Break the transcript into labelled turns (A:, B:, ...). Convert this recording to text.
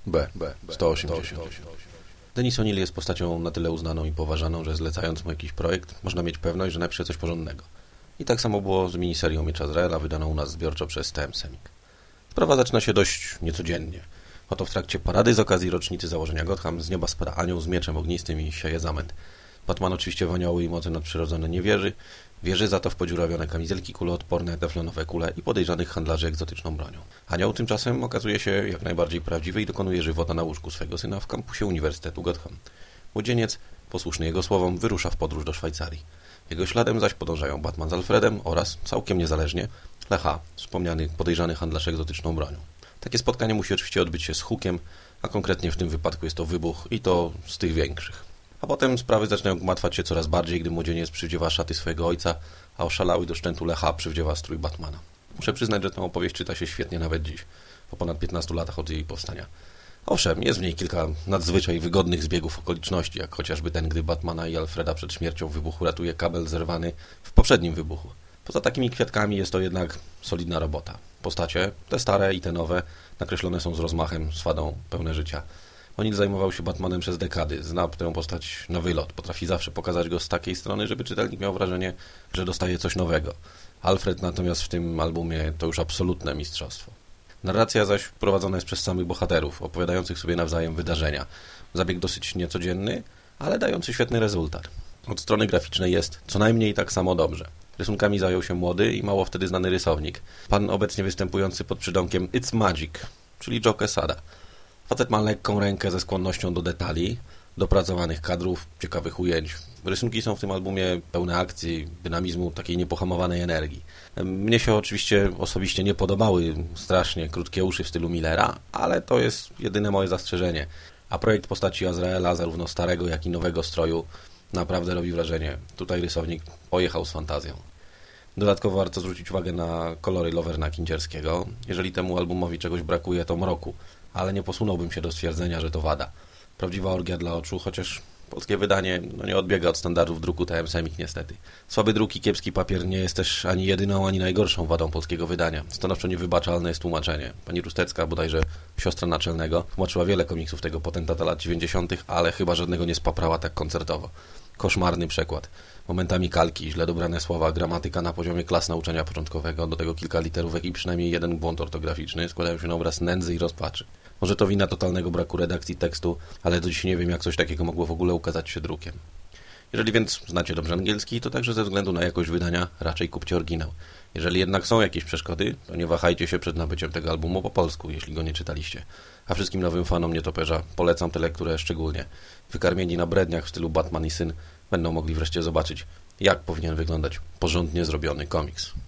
A: B. 180. Dennis O'Neil jest postacią na tyle uznaną i poważaną, że zlecając mu jakiś projekt, można mieć pewność, że napisze coś porządnego. I tak samo było z miniserią Miecz Azraela, wydaną u nas zbiorczo przez TM Semik. Sprawa zaczyna się dość niecodziennie. Oto w trakcie parady z okazji rocznicy założenia Gotham z nieba spada anioł z mieczem ognistym i sieje zamęt. Batman oczywiście w anioły i mocy nadprzyrodzone nie wierzy, wierzy za to w podziurawione kamizelki kuloodporne, teflonowe kule i podejrzanych handlarzy egzotyczną bronią. Anioł tymczasem okazuje się jak najbardziej prawdziwy i dokonuje żywota na łóżku swego syna w kampusie Uniwersytetu Gotham. Młodzieniec, posłuszny jego słowom, wyrusza w podróż do Szwajcarii. Jego śladem zaś podążają Batman z Alfredem oraz, całkiem niezależnie, Lecha, wspomniany podejrzany handlarz egzotyczną bronią. Takie spotkanie musi oczywiście odbyć się z hukiem, a konkretnie w tym wypadku jest to wybuch i to z tych większych. A potem sprawy zaczynają gmatwać się coraz bardziej, gdy młodzieniec przywdziewa szaty swojego ojca, a oszalały do szczętu Lecha przywdziewa strój Batmana. Muszę przyznać, że tę opowieść czyta się świetnie nawet dziś, po ponad 15 latach od jej powstania. Owszem, jest w niej kilka nadzwyczaj wygodnych zbiegów okoliczności, jak chociażby ten, gdy Batmana i Alfreda przed śmiercią w wybuchu ratuje kabel zerwany w poprzednim wybuchu. Poza takimi kwiatkami jest to jednak solidna robota. Postacie, te stare i te nowe, nakreślone są z rozmachem, swadą, pełne życia. O'Neil zajmował się Batmanem przez dekady, zna tę postać na wylot, potrafi zawsze pokazać go z takiej strony, żeby czytelnik miał wrażenie, że dostaje coś nowego. Alfred natomiast w tym albumie to już absolutne mistrzostwo. Narracja zaś prowadzona jest przez samych bohaterów, opowiadających sobie nawzajem wydarzenia. Zabieg dosyć niecodzienny, ale dający świetny rezultat. Od strony graficznej jest co najmniej tak samo dobrze. Rysunkami zajął się młody i mało wtedy znany rysownik. Pan obecnie występujący pod przydomkiem It's Magic, czyli Joe Quesada. Facet ma lekką rękę ze skłonnością do detali, dopracowanych kadrów, ciekawych ujęć. Rysunki są w tym albumie pełne akcji, dynamizmu, takiej niepohamowanej energii. Mnie się oczywiście osobiście nie podobały strasznie krótkie uszy w stylu Millera, ale to jest jedyne moje zastrzeżenie. A projekt postaci Azraela, zarówno starego, jak i nowego stroju, naprawdę robi wrażenie. Tutaj rysownik pojechał z fantazją. Dodatkowo warto zwrócić uwagę na kolory Loverna Kindzierskiego. Jeżeli temu albumowi czegoś brakuje, to mroku, ale nie posunąłbym się do stwierdzenia, że to wada. Prawdziwa orgia dla oczu, chociaż polskie wydanie nie odbiega od standardów druku TM Semik niestety. Słaby druk i kiepski papier nie jest też ani jedyną, ani najgorszą wadą polskiego wydania. Stanowczo niewybaczalne jest tłumaczenie. Pani Rustecka, bodajże siostra naczelnego, tłumaczyła wiele komiksów tego potentata lat 90., ale chyba żadnego nie spaprała tak koncertowo. Koszmarny przekład. Momentami kalki, źle dobrane słowa, gramatyka na poziomie klas nauczania początkowego, do tego kilka literówek i przynajmniej jeden błąd ortograficzny składają się na obraz nędzy i rozpaczy. Może to wina totalnego braku redakcji tekstu, ale do dziś nie wiem, jak coś takiego mogło w ogóle ukazać się drukiem. Jeżeli więc znacie dobrze angielski, to także ze względu na jakość wydania raczej kupcie oryginał. Jeżeli jednak są jakieś przeszkody, to nie wahajcie się przed nabyciem tego albumu po polsku, jeśli go nie czytaliście. A wszystkim nowym fanom nietoperza polecam tę lekturę szczególnie. Wykarmieni na bredniach w stylu Batman i syn będą mogli wreszcie zobaczyć, jak powinien wyglądać porządnie zrobiony komiks.